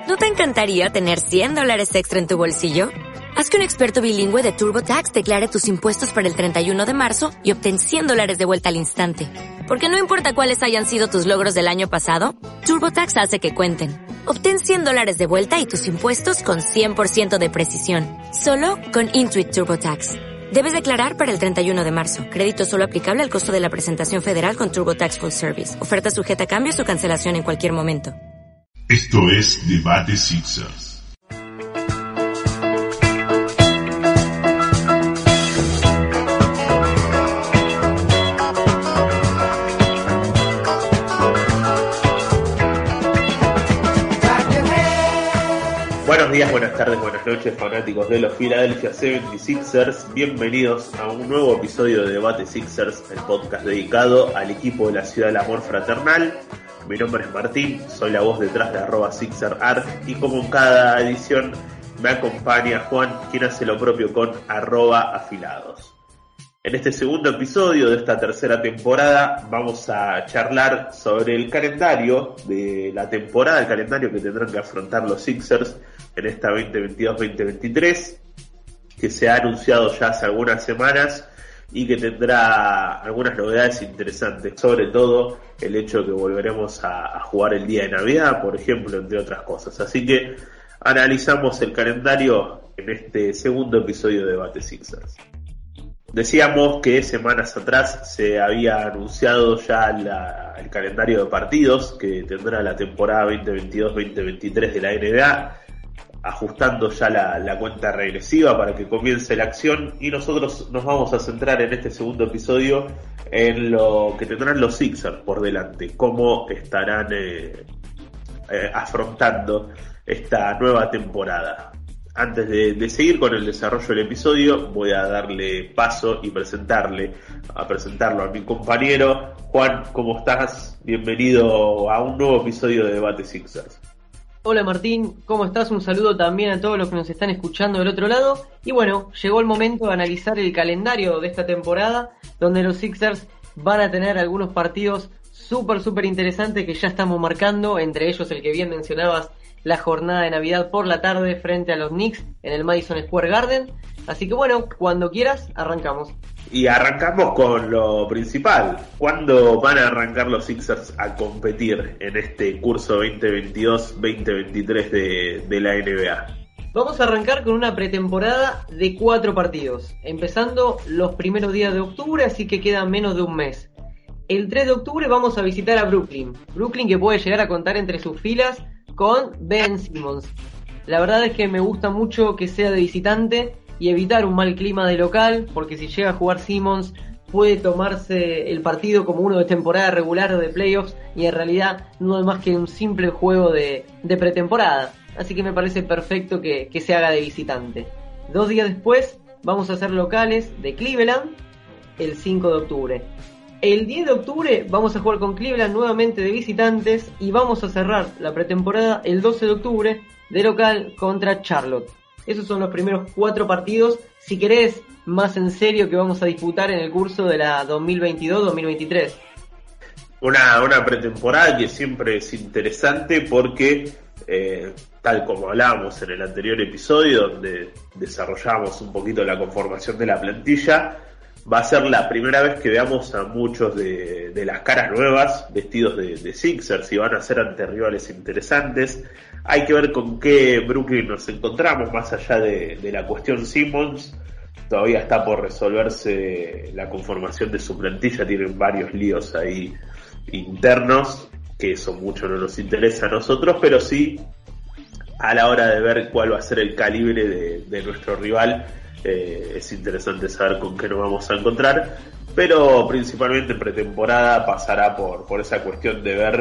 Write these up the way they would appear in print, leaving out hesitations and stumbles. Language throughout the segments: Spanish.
¿No te encantaría tener $100 extra en tu bolsillo? Haz que un experto bilingüe de TurboTax declare tus impuestos para el 31 de marzo y obtén $100 de vuelta al instante. Porque no importa cuáles hayan sido tus logros del año pasado, TurboTax hace que cuenten. Obtén $100 de vuelta y tus impuestos con 100% de precisión. Solo con Intuit TurboTax. Debes declarar para el 31 de marzo. Crédito solo aplicable al costo de la presentación federal con TurboTax Full Service. Oferta sujeta a cambios o cancelación en cualquier momento. Esto es Debate Sixers. Buenos días, buenas tardes, buenas noches, fanáticos de los Philadelphia 76ers. Bienvenidos a un nuevo episodio de Debate Sixers, el podcast dedicado al equipo de la ciudad del amor fraternal. Mi nombre es Martín, soy la voz detrás de @SixerArt y como en cada edición me acompaña Juan, quien hace lo propio con @afilados. En este segundo episodio de esta tercera temporada vamos a charlar sobre el calendario de la temporada, el calendario que tendrán que afrontar los Sixers en esta 2022-2023, que se ha anunciado ya hace algunas semanas y que tendrá algunas novedades interesantes, sobre todo el hecho de que volveremos a jugar el día de Navidad, por ejemplo, entre otras cosas. Así que analizamos el calendario en este segundo episodio de Debate Sixers. Decíamos que semanas atrás se había anunciado ya el calendario de partidos que tendrá la temporada 2022-2023 de la NBA, ajustando ya la cuenta regresiva para que comience la acción, y nosotros nos vamos a centrar en este segundo episodio en lo que tendrán los Sixers por delante, cómo estarán afrontando esta nueva temporada. Antes de seguir con el desarrollo del episodio, voy a darle paso y presentarlo a mi compañero. Juan, ¿cómo estás? Bienvenido a un nuevo episodio de Debate Sixers. Hola Martín, ¿cómo estás? Un saludo también a todos los que nos están escuchando del otro lado. Y bueno, llegó el momento de analizar el calendario de esta temporada, donde los Sixers van a tener algunos partidos súper interesantes que ya estamos marcando, entre ellos el que bien mencionabas, la jornada de Navidad por la tarde frente a los Knicks en el Madison Square Garden. Así que bueno, cuando quieras, arrancamos. Y arrancamos con lo principal. ¿Cuándo van a arrancar los Sixers a competir en este curso 2022-2023 de la NBA? Vamos a arrancar con una pretemporada de 4 partidos, empezando los primeros días de octubre, así que queda menos de un mes. El 3 de octubre vamos a visitar a Brooklyn que puede llegar a contar entre sus filas con Ben Simmons. La verdad es que me gusta mucho que sea de visitante y evitar un mal clima de local, porque si llega a jugar Simmons puede tomarse el partido como uno de temporada regular o de playoffs, y en realidad no es más que un simple juego de pretemporada. Así que me parece perfecto que se haga de visitante. 2 días después vamos a ser locales de Cleveland el 5 de octubre. El 10 de octubre vamos a jugar con Cleveland nuevamente de visitantes y vamos a cerrar la pretemporada el 12 de octubre de local contra Charlotte. Esos son los primeros 4 partidos, si querés, más en serio, que vamos a disputar en el curso de la 2022-2023. Una pretemporada que siempre es interesante porque, tal como hablábamos en el anterior episodio, donde desarrollamos un poquito la conformación de la plantilla, va a ser la primera vez que veamos a muchos de las caras nuevas vestidos de Sixers, y van a ser ante rivales interesantes. Hay que ver con qué Brooklyn nos encontramos, más allá de la cuestión Simmons. Todavía está por resolverse la conformación de su plantilla, tienen varios líos ahí internos, que eso mucho no nos interesa a nosotros, pero sí a la hora de ver cuál va a ser el calibre de nuestro rival. Es interesante saber con qué nos vamos a encontrar, pero principalmente en pretemporada pasará por esa cuestión de ver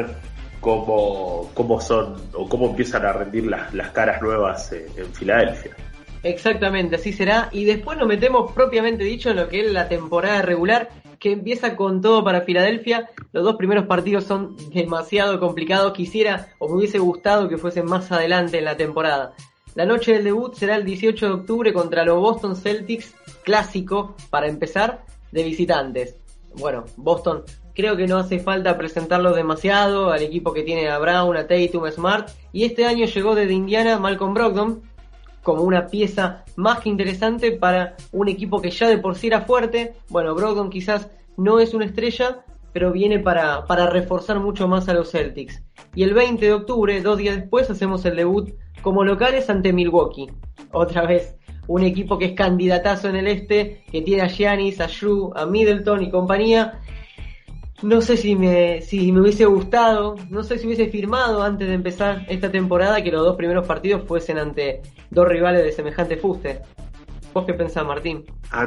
cómo son o cómo empiezan a rendir las caras nuevas en Filadelfia. Exactamente, así será. Y después nos metemos propiamente dicho en lo que es la temporada regular, que empieza con todo para Filadelfia. Los 2 primeros partidos son demasiado complicados. Quisiera o me hubiese gustado que fuesen más adelante en la temporada. La noche del debut será el 18 de octubre contra los Boston Celtics, clásico para empezar, de visitantes. Bueno, Boston creo que no hace falta presentarlo demasiado al equipo que tiene a Brown, a Tatum, a Smart, y este año llegó desde Indiana Malcolm Brogdon como una pieza más que interesante para un equipo que ya de por sí era fuerte. Bueno, Brogdon quizás no es una estrella, pero viene para reforzar mucho más a los Celtics. Y el 20 de octubre, 2 días después, hacemos el debut como locales ante Milwaukee. Otra vez, un equipo que es candidatazo en el este, que tiene a Giannis, a Jrue, a Middleton y compañía. No sé si me hubiese gustado, no sé si hubiese firmado antes de empezar esta temporada que los 2 primeros partidos fuesen ante 2 rivales de semejante fuste. ¿Vos qué pensás, Martín?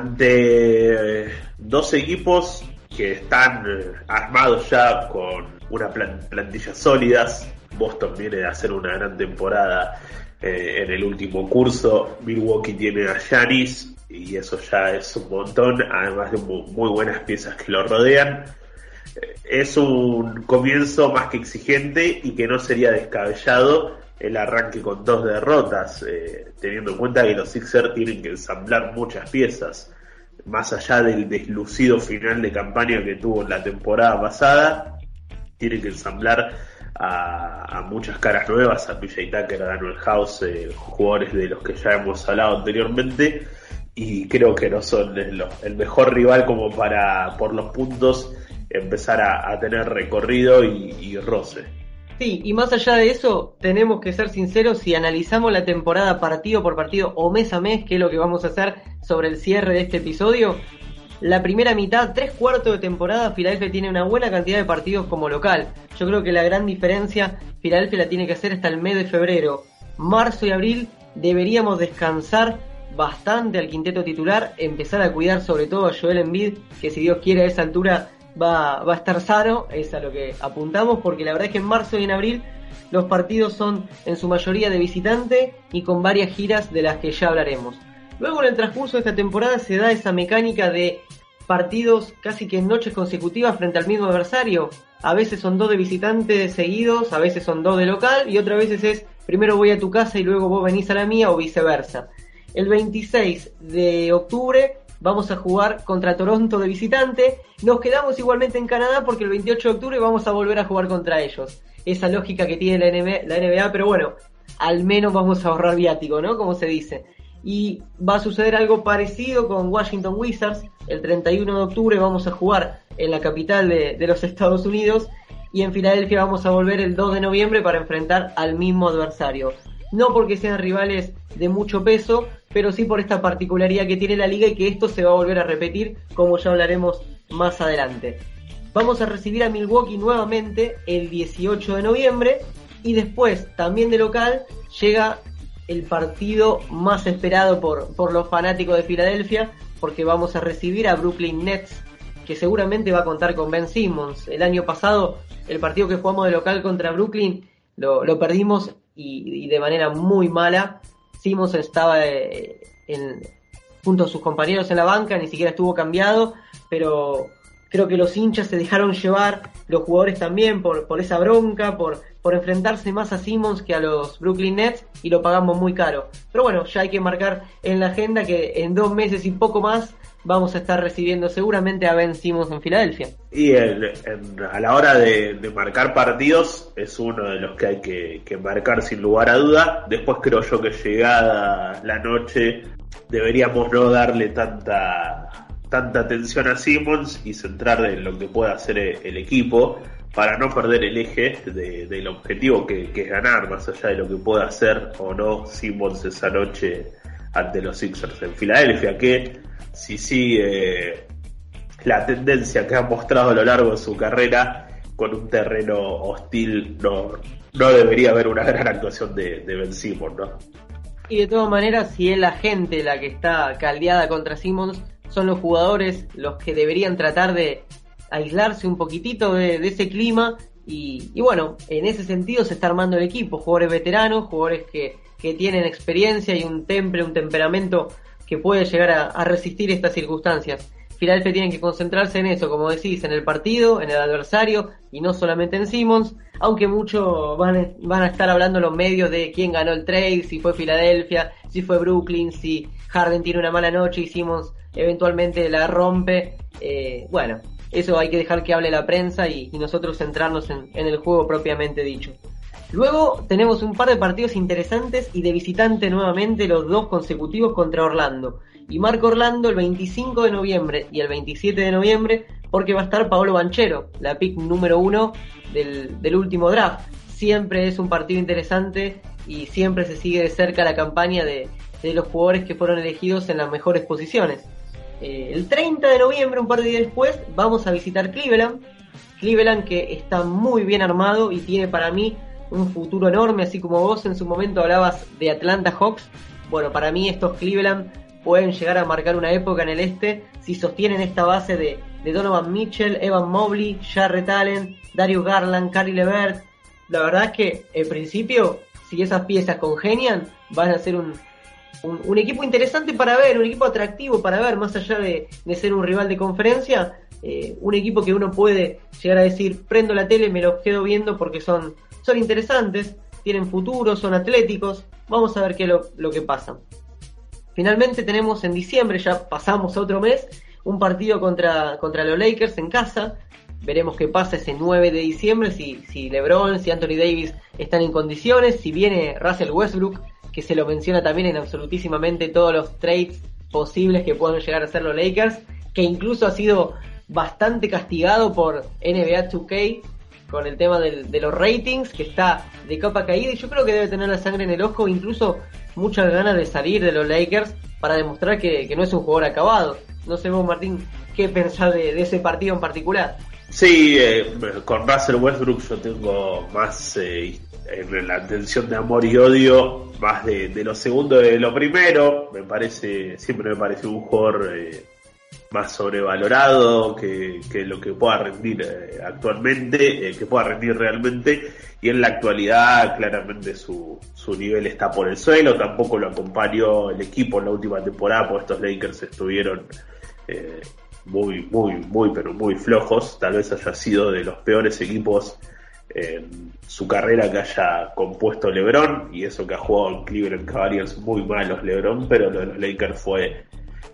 Ante 2 equipos que están armados ya con una plantilla sólidas. Boston viene de hacer una gran temporada en el último curso. Milwaukee tiene a Giannis y eso ya es un montón, además de muy buenas piezas que lo rodean. Es un comienzo más que exigente y que no sería descabellado el arranque con 2 derrotas, teniendo en cuenta que los Sixers tienen que ensamblar muchas piezas. Más allá del deslucido final de campaña que tuvo en la temporada pasada, tienen que ensamblar a muchas caras nuevas, a PJ Tucker, a Daniel House, jugadores de los que ya hemos hablado anteriormente, y creo que no son el mejor rival como para, por los puntos, empezar a tener recorrido y roce. Sí, y más allá de eso, tenemos que ser sinceros, si analizamos la temporada partido por partido o mes a mes, que es lo que vamos a hacer sobre el cierre de este episodio, la primera mitad, 3/4 de temporada, Filadelfia tiene una buena cantidad de partidos como local. Yo creo que la gran diferencia, Filadelfia la tiene que hacer hasta el mes de febrero. Marzo y abril deberíamos descansar bastante al quinteto titular, empezar a cuidar sobre todo a Joel Embiid, que si Dios quiere a esa altura va a estar sano, es a lo que apuntamos, porque la verdad es que en marzo y en abril los partidos son en su mayoría de visitante y con varias giras de las que ya hablaremos. Luego en el transcurso de esta temporada se da esa mecánica de partidos casi que en noches consecutivas frente al mismo adversario. A veces son 2 de visitante seguidos, a veces son 2 de local y otras veces es primero voy a tu casa y luego vos venís a la mía o viceversa. El 26 de octubre vamos a jugar contra Toronto de visitante. Nos quedamos igualmente en Canadá porque el 28 de octubre vamos a volver a jugar contra ellos. Esa lógica que tiene la NBA, pero bueno, al menos vamos a ahorrar viático, ¿no? Como se dice. Y va a suceder algo parecido con Washington Wizards. El 31 de octubre vamos a jugar en la capital de los Estados Unidos. Y en Filadelfia vamos a volver el 2 de noviembre para enfrentar al mismo adversario. No porque sean rivales de mucho peso, pero sí por esta particularidad que tiene la liga y que esto se va a volver a repetir, como ya hablaremos más adelante. Vamos a recibir a Milwaukee nuevamente el 18 de noviembre y después, también de local, llega el partido más esperado por los fanáticos de Filadelfia, porque vamos a recibir a Brooklyn Nets, que seguramente va a contar con Ben Simmons. El año pasado, el partido que jugamos de local contra Brooklyn, lo perdimos y de manera muy mala. Simmons estaba junto a sus compañeros en la banca, ni siquiera estuvo cambiado, pero creo que los hinchas se dejaron llevar, los jugadores también, por esa bronca, por enfrentarse más a Simmons que a los Brooklyn Nets, y lo pagamos muy caro. Pero bueno, ya hay que marcar en la agenda que en 2 meses y poco más vamos a estar recibiendo seguramente a Ben Simmons en Filadelfia. Y a la hora de marcar partidos es uno de los que hay que marcar sin lugar a duda. Después creo yo que llegada la noche deberíamos no darle tanta atención a Simmons y centrar en lo que pueda hacer el equipo para no perder el eje del objetivo que es ganar, más allá de lo que pueda hacer o no Simmons esa noche ante los Sixers en Filadelfia, que si sigue la tendencia que ha mostrado a lo largo de su carrera con un terreno hostil, no debería haber una gran actuación de Ben Simmons, ¿no? Y de todas maneras, si es la gente la que está caldeada contra Simmons, son los jugadores los que deberían tratar de aislarse un poquitito de ese clima y bueno, en ese sentido se está armando el equipo, jugadores veteranos, jugadores que tienen experiencia y un temperamento que puede llegar a resistir estas circunstancias. Filadelfia tiene que concentrarse en eso, como decís, en el partido, en el adversario y no solamente en Simmons, aunque mucho van a estar hablando los medios de quién ganó el trade, si fue Filadelfia, si fue Brooklyn, si Harden tiene una mala noche y Simmons eventualmente la rompe. Bueno, eso hay que dejar que hable la prensa y nosotros centrarnos en el juego propiamente dicho. Luego tenemos un par de partidos interesantes y de visitante nuevamente, los dos consecutivos contra Orlando. Y marca Orlando el 25 de noviembre y el 27 de noviembre porque va a estar Paolo Banchero, la pick número 1 del último draft. Siempre es un partido interesante y siempre se sigue de cerca la campaña de los jugadores que fueron elegidos en las mejores posiciones. El 30 de noviembre, un par de días después, vamos a visitar Cleveland. Cleveland que está muy bien armado y tiene para mí un futuro enorme, así como vos en su momento hablabas de Atlanta Hawks. Bueno, para mí estos Cleveland pueden llegar a marcar una época en el este si sostienen esta base de Donovan Mitchell, Evan Mobley, Jarrett Allen, Darius Garland, Caris LeVert. La verdad es que en principio, si esas piezas congenian, van a ser un equipo interesante para ver, un equipo atractivo para ver, más allá de ser un rival de conferencia, un equipo que uno puede llegar a decir, prendo la tele, me los quedo viendo porque son interesantes, tienen futuro, son atléticos, vamos a ver qué es lo que pasa. Finalmente tenemos en diciembre, ya pasamos a otro mes, un partido contra los Lakers en casa. Veremos qué pasa ese 9 de diciembre, si LeBron, si Anthony Davis están en condiciones, si viene Russell Westbrook, que se lo menciona también en absolutísimamente todos los trades posibles que puedan llegar a hacer los Lakers, que incluso ha sido bastante castigado por NBA 2K con el tema de los ratings, que está de capa caída, y yo creo que debe tener la sangre en el ojo, incluso muchas ganas de salir de los Lakers para demostrar que no es un jugador acabado. No sé vos, Martín, ¿qué pensás de ese partido en particular? Sí, con Russell Westbrook yo tengo más en la tensión de amor y odio, más de lo segundo de lo primero. Siempre me parece un jugador más sobrevalorado que lo que pueda rendir actualmente, que pueda rendir realmente, y en la actualidad claramente su nivel está por el suelo. Tampoco lo acompañó el equipo en la última temporada, porque estos Lakers estuvieron pero muy flojos. Tal vez haya sido de los peores equipos en su carrera que haya compuesto LeBron, y eso que ha jugado en Cleveland Cavaliers muy malos LeBron, pero lo de los Lakers fue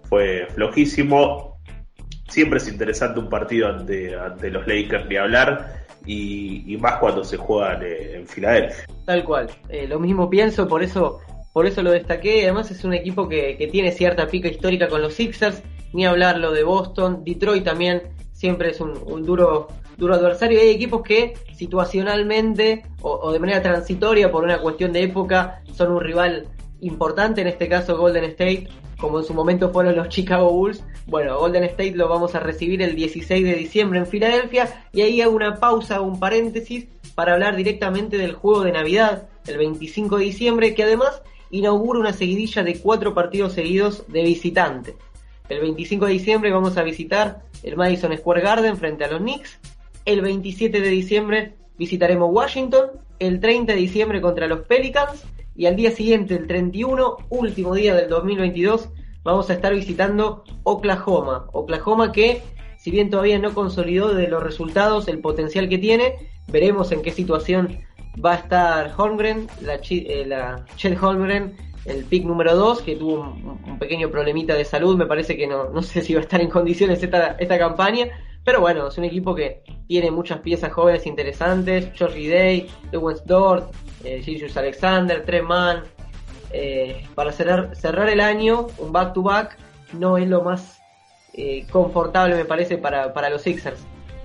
flojísimo. Siempre es interesante un partido ante los Lakers, ni hablar, y más cuando se juegan en Filadelfia. Tal cual, lo mismo pienso, por eso lo destaqué. Además es un equipo que tiene cierta pica histórica con los Sixers, ni hablar lo de Boston. Detroit también siempre es un duro adversario. Hay equipos que situacionalmente o de manera transitoria, por una cuestión de época, son un rival importante, en este caso Golden State, como en su momento fueron los Chicago Bulls. Bueno, Golden State lo vamos a recibir el 16 de diciembre en Filadelfia, y ahí hago una pausa, un paréntesis, para hablar directamente del juego de Navidad, el 25 de diciembre, que además inaugura una seguidilla de 4 partidos seguidos de visitante. El 25 de diciembre vamos a visitar el Madison Square Garden frente a los Knicks. El 27 de diciembre visitaremos Washington. El 30 de diciembre contra los Pelicans. Y al día siguiente, el 31, último día del 2022, vamos a estar visitando Oklahoma. Oklahoma que, si bien todavía no consolidó de los resultados el potencial que tiene, veremos en qué situación va a estar Holmgren, Chet Holmgren, el pick número 2, que tuvo un pequeño problemita de salud. Me parece que no sé si va a estar en condiciones esta campaña. Pero bueno, es un equipo que tiene muchas piezas jóvenes interesantes. Georgie Day, Lewis Dort, Julius Alexander, Trey Mann. Para cerrar el año, un back-to-back no es lo más confortable, me parece, para los Sixers.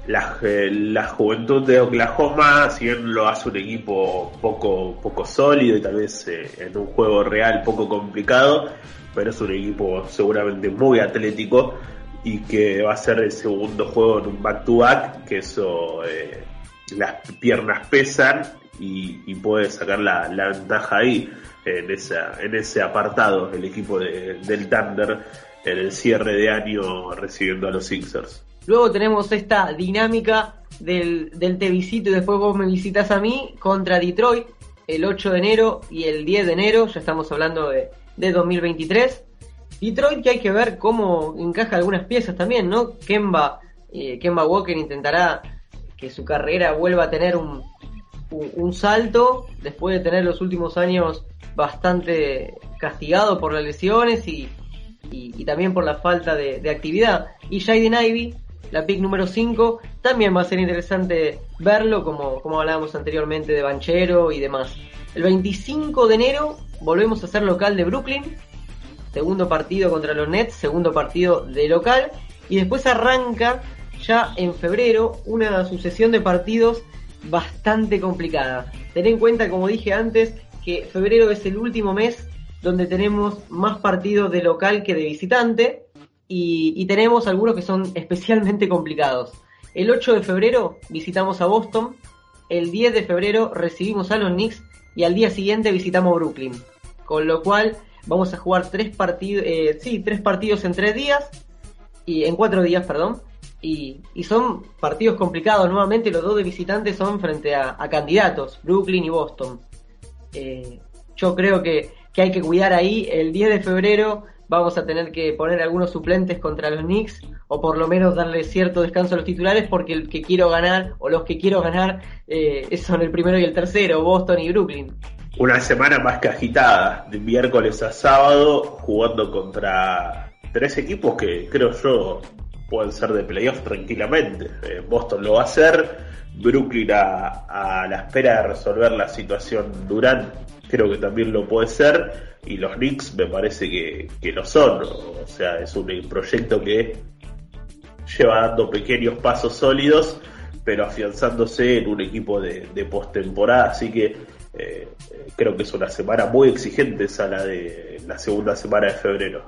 La juventud de Oklahoma, si bien lo hace un equipo poco sólido y tal vez en un juego real poco complicado, pero es un equipo seguramente muy atlético, y que va a ser el segundo juego en un back-to-back, que eso las piernas pesan y puede sacar la ventaja ahí en ese apartado el equipo del Thunder en el cierre de año recibiendo a los Sixers. Luego tenemos esta dinámica del te visito y después vos me visitas a mí contra Detroit el 8 de enero y el 10 de enero, ya estamos hablando de 2023. Detroit, que hay que ver cómo encaja algunas piezas también, ¿no? Kemba Walker intentará que su carrera vuelva a tener un salto después de tener los últimos años bastante castigado por las lesiones y también por la falta de actividad. Y Jaden Ivey, la pick número 5, también va a ser interesante verlo, como hablábamos anteriormente de Banchero y demás. El 25 de enero volvemos a ser local de Brooklyn, segundo partido contra los Nets, segundo partido de local, y después arranca ya en febrero una sucesión de partidos bastante complicada. Ten en cuenta, como dije antes, que febrero es el último mes donde tenemos más partidos de local que de visitante, y tenemos algunos que son especialmente complicados. El 8 de febrero visitamos a Boston, el 10 de febrero recibimos a los Knicks y al día siguiente visitamos Brooklyn, con lo cual vamos a jugar tres partidos en 3 días, y en 4 días, perdón, y son partidos complicados. Nuevamente los dos de visitantes son frente a candidatos, Brooklyn y Boston. Yo creo que hay que cuidar ahí. El 10 de febrero vamos a tener que poner algunos suplentes contra los Knicks, o por lo menos darle cierto descanso a los titulares, porque los que quiero ganar son el primero y el tercero, Boston y Brooklyn. Una semana más que agitada, de miércoles a sábado, jugando contra 3 equipos que creo yo pueden ser de playoff tranquilamente. Boston lo va a hacer, Brooklyn a la espera de resolver la situación Durant creo que también lo puede ser, y los Knicks me parece que lo son. O sea, es un proyecto que lleva dando pequeños pasos sólidos, pero afianzándose en un equipo de postemporada, así que creo que es una semana muy exigente esa, la de la segunda semana de febrero.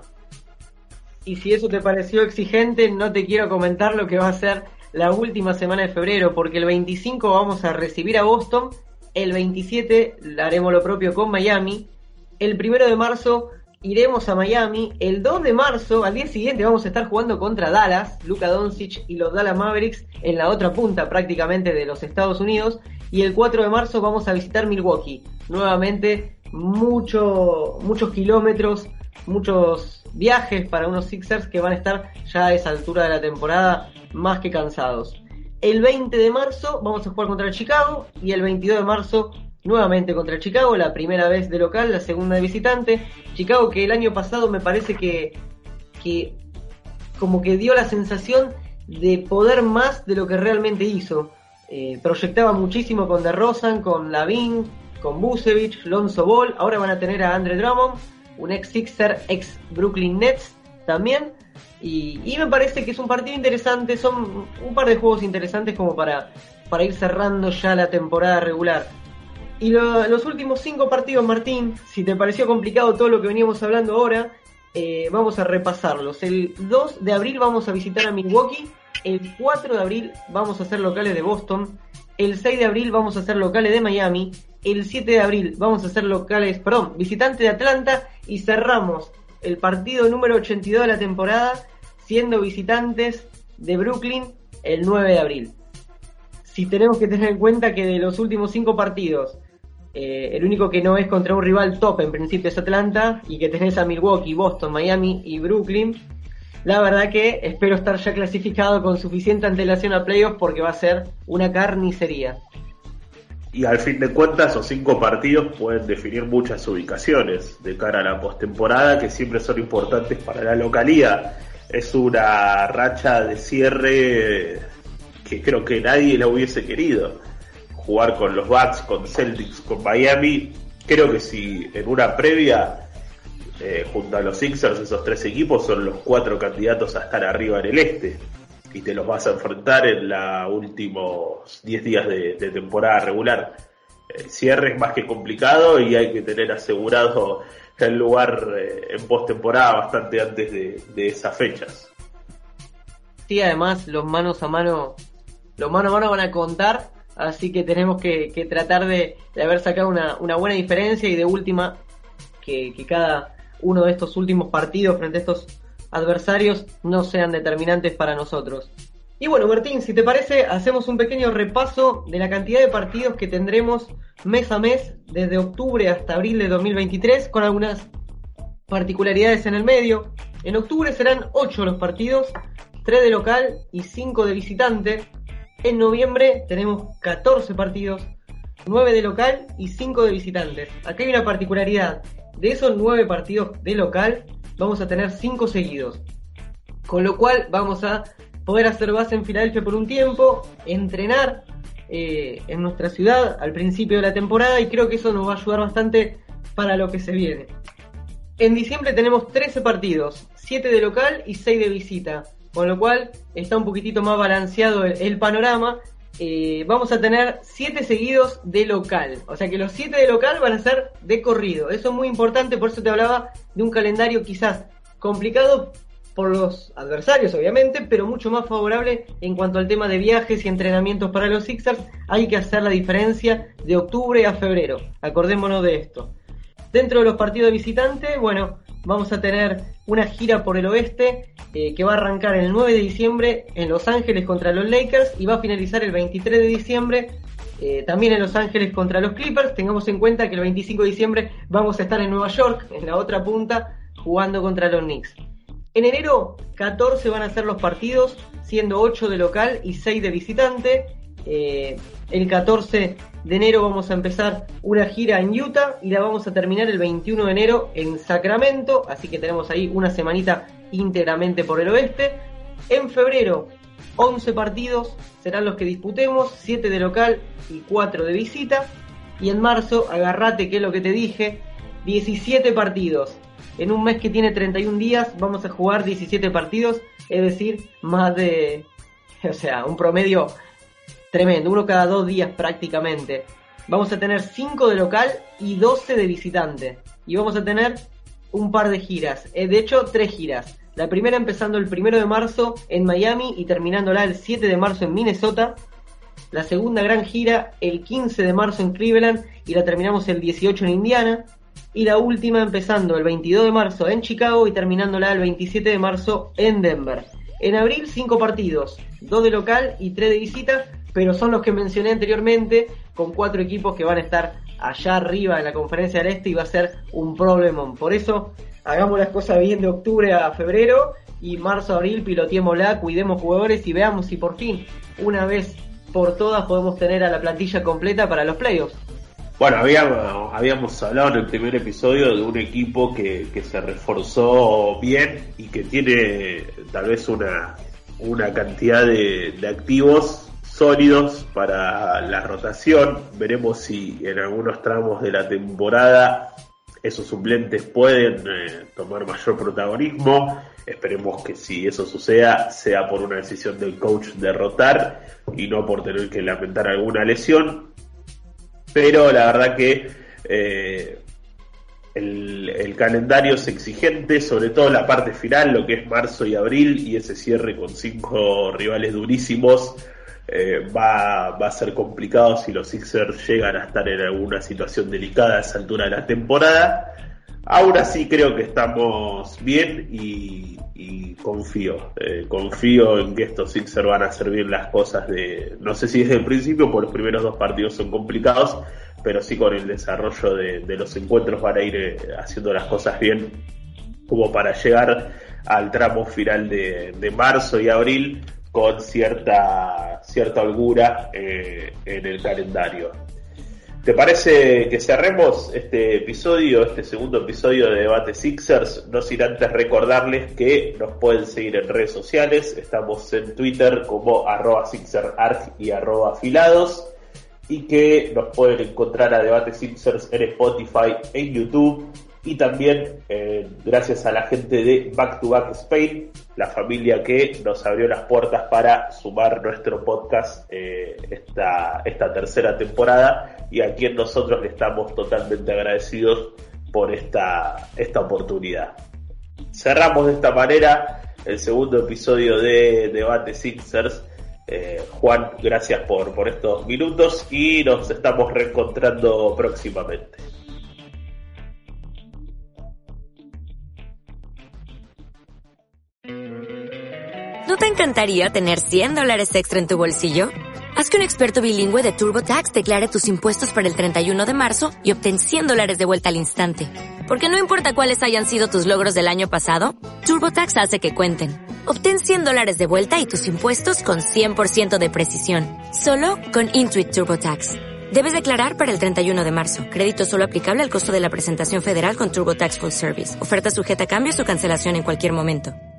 Y si eso te pareció exigente, no te quiero comentar lo que va a ser la última semana de febrero, porque el 25 vamos a recibir a Boston, el 27 haremos lo propio con Miami, el 1 de marzo iremos a Miami, el 2 de marzo, al día siguiente, vamos a estar jugando contra Dallas, Luka Doncic y los Dallas Mavericks en la otra punta prácticamente de los Estados Unidos, y el 4 de marzo vamos a visitar Milwaukee. Nuevamente, muchos kilómetros, muchos viajes para unos Sixers que van a estar ya a esa altura de la temporada más que cansados. El 20 de marzo vamos a jugar contra el Chicago, y el 22 de marzo nuevamente contra el Chicago, la primera vez de local, la segunda de visitante. Chicago que el año pasado me parece que como que dio la sensación de poder más de lo que realmente hizo. Proyectaba muchísimo con DeRozan, con Lavin, con Vucevic, Lonzo Ball. Ahora van a tener a Andre Drummond, un ex Sixer, ex Brooklyn Nets también. Y me parece que es un partido interesante, son un par de juegos interesantes como para ir cerrando ya la temporada regular. Y los últimos 5 partidos, Martín, si te pareció complicado todo lo que veníamos hablando ahora, vamos a repasarlos. El 2 de abril vamos a visitar a Milwaukee, el 4 de abril vamos a ser locales de Boston, el 6 de abril vamos a ser locales de Miami, el 7 de abril vamos a ser visitantes de Atlanta, y cerramos el partido número 82 de la temporada siendo visitantes de Brooklyn el 9 de abril. Si tenemos que tener en cuenta que de los últimos 5 partidos, el único que no es contra un rival top en principio es Atlanta, y que tenés a Milwaukee, Boston, Miami y Brooklyn, la verdad que espero estar ya clasificado con suficiente antelación a playoffs, porque va a ser una carnicería. Y al fin de cuentas, esos 5 partidos pueden definir muchas ubicaciones de cara a la postemporada, que siempre son importantes para la localidad. Es una racha de cierre que creo que nadie la hubiese querido. Jugar con los Bucks, con Celtics, con Miami. Creo que si en una previa, junto a los Sixers, esos 3 equipos son los 4 candidatos a estar arriba en el este, y te los vas a enfrentar en los últimos 10 días de temporada regular. El cierre es más que complicado, y hay que tener asegurado el lugar en postemporada bastante antes de esas fechas. Sí, además los mano a mano van a contar, así que tenemos que tratar de haber sacado una buena diferencia, y de última que cada uno de estos últimos partidos frente a estos adversarios no sean determinantes para nosotros. Y bueno, Martín, si te parece, hacemos un pequeño repaso de la cantidad de partidos que tendremos mes a mes desde octubre hasta abril de 2023, con algunas particularidades en el medio. En octubre serán 8 los partidos, 3 de local y 5 de visitante. En noviembre tenemos 14 partidos, 9 de local y 5 de visitantes. Acá hay una particularidad: de esos 9 partidos de local vamos a tener 5 seguidos, con lo cual vamos a poder hacer base en Filadelfia por un tiempo, entrenar en nuestra ciudad al principio de la temporada, y creo que eso nos va a ayudar bastante para lo que se viene. En diciembre tenemos 13 partidos, 7 de local y 6 de visita, con lo cual está un poquitito más balanceado el panorama. Vamos a tener 7 seguidos de local, o sea que los 7 de local van a ser de corrido. Eso es muy importante, por eso te hablaba de un calendario quizás complicado por los adversarios obviamente, pero mucho más favorable en cuanto al tema de viajes y entrenamientos para los Sixers. Hay que hacer la diferencia de octubre a febrero, acordémonos de esto. Dentro de los partidos de visitante, bueno, vamos a tener una gira por el oeste que va a arrancar el 9 de diciembre en Los Ángeles contra los Lakers y va a finalizar el 23 de diciembre también en Los Ángeles contra los Clippers. Tengamos en cuenta que el 25 de diciembre vamos a estar en Nueva York, en la otra punta, jugando contra los Knicks. En enero, 14 van a ser los partidos, siendo 8 de local y 6 de visitante. El 14 de enero vamos a empezar una gira en Utah y la vamos a terminar el 21 de enero en Sacramento, así que tenemos ahí una semanita íntegramente por el oeste. En febrero, 11 partidos serán los que disputemos, 7 de local y 4 de visita. Y en marzo, agarrate que es lo que te dije, 17 partidos. En un mes que tiene 31 días vamos a jugar 17 partidos, es decir, más de, un promedio tremendo, uno cada 2 días prácticamente. Vamos a tener 5 de local y 12 de visitante. Y vamos a tener un par de giras, de hecho 3 giras. La primera empezando el 1 de marzo en Miami y terminándola el 7 de marzo en Minnesota. La segunda gran gira el 15 de marzo en Cleveland y la terminamos el 18 en Indiana. Y la última empezando el 22 de marzo en Chicago y terminándola el 27 de marzo en Denver. En abril 5 partidos, 2 de local y 3 de visita, pero son los que mencioné anteriormente, con 4 equipos que van a estar allá arriba en la Conferencia del Este y va a ser un problemón. Por eso hagamos las cosas bien de octubre a febrero y marzo a abril piloteémosla, cuidemos jugadores y veamos si por fin, una vez por todas, podemos tener a la plantilla completa para los playoffs. Bueno, habíamos hablado en el primer episodio de un equipo que se reforzó bien y que tiene tal vez una cantidad de activos sólidos para la rotación. Veremos si en algunos tramos de la temporada esos suplentes pueden tomar mayor protagonismo. Esperemos que si eso suceda sea por una decisión del coach de rotar y no por tener que lamentar alguna lesión. Pero la verdad que el calendario es exigente, sobre todo la parte final, lo que es marzo y abril, y ese cierre con 5 rivales durísimos va a ser complicado si los Sixers llegan a estar en alguna situación delicada a esa altura de la temporada. Aún así creo que estamos bien y confío en que estos Sixers van a hacer bien las cosas no sé si desde el principio, porque los primeros 2 partidos son complicados, pero sí con el desarrollo de los encuentros van a ir haciendo las cosas bien, como para llegar al tramo final de marzo y abril con cierta holgura en el calendario. ¿Te parece que cerremos este segundo episodio de Debate Sixers? No sin antes recordarles que nos pueden seguir en redes sociales. Estamos en Twitter como @SixerArg y @Afilados. Y que nos pueden encontrar a Debate Sixers en Spotify, en YouTube. Y también gracias a la gente de Back to Back Spain, la familia que nos abrió las puertas para sumar nuestro podcast esta tercera temporada, y a quien nosotros le estamos totalmente agradecidos por esta oportunidad. Cerramos de esta manera el segundo episodio de Debate Sixers. Juan, gracias por estos minutos y nos estamos reencontrando próximamente. ¿No te encantaría tener $100 extra en tu bolsillo? Haz que un experto bilingüe de TurboTax declare tus impuestos para el 31 de marzo y obtén $100 de vuelta al instante. Porque no importa cuáles hayan sido tus logros del año pasado, TurboTax hace que cuenten. Obtén $100 de vuelta y tus impuestos con 100% de precisión. Solo con Intuit TurboTax. Debes declarar para el 31 de marzo. Crédito solo aplicable al costo de la presentación federal con TurboTax Full Service. Oferta sujeta a cambios o cancelación en cualquier momento.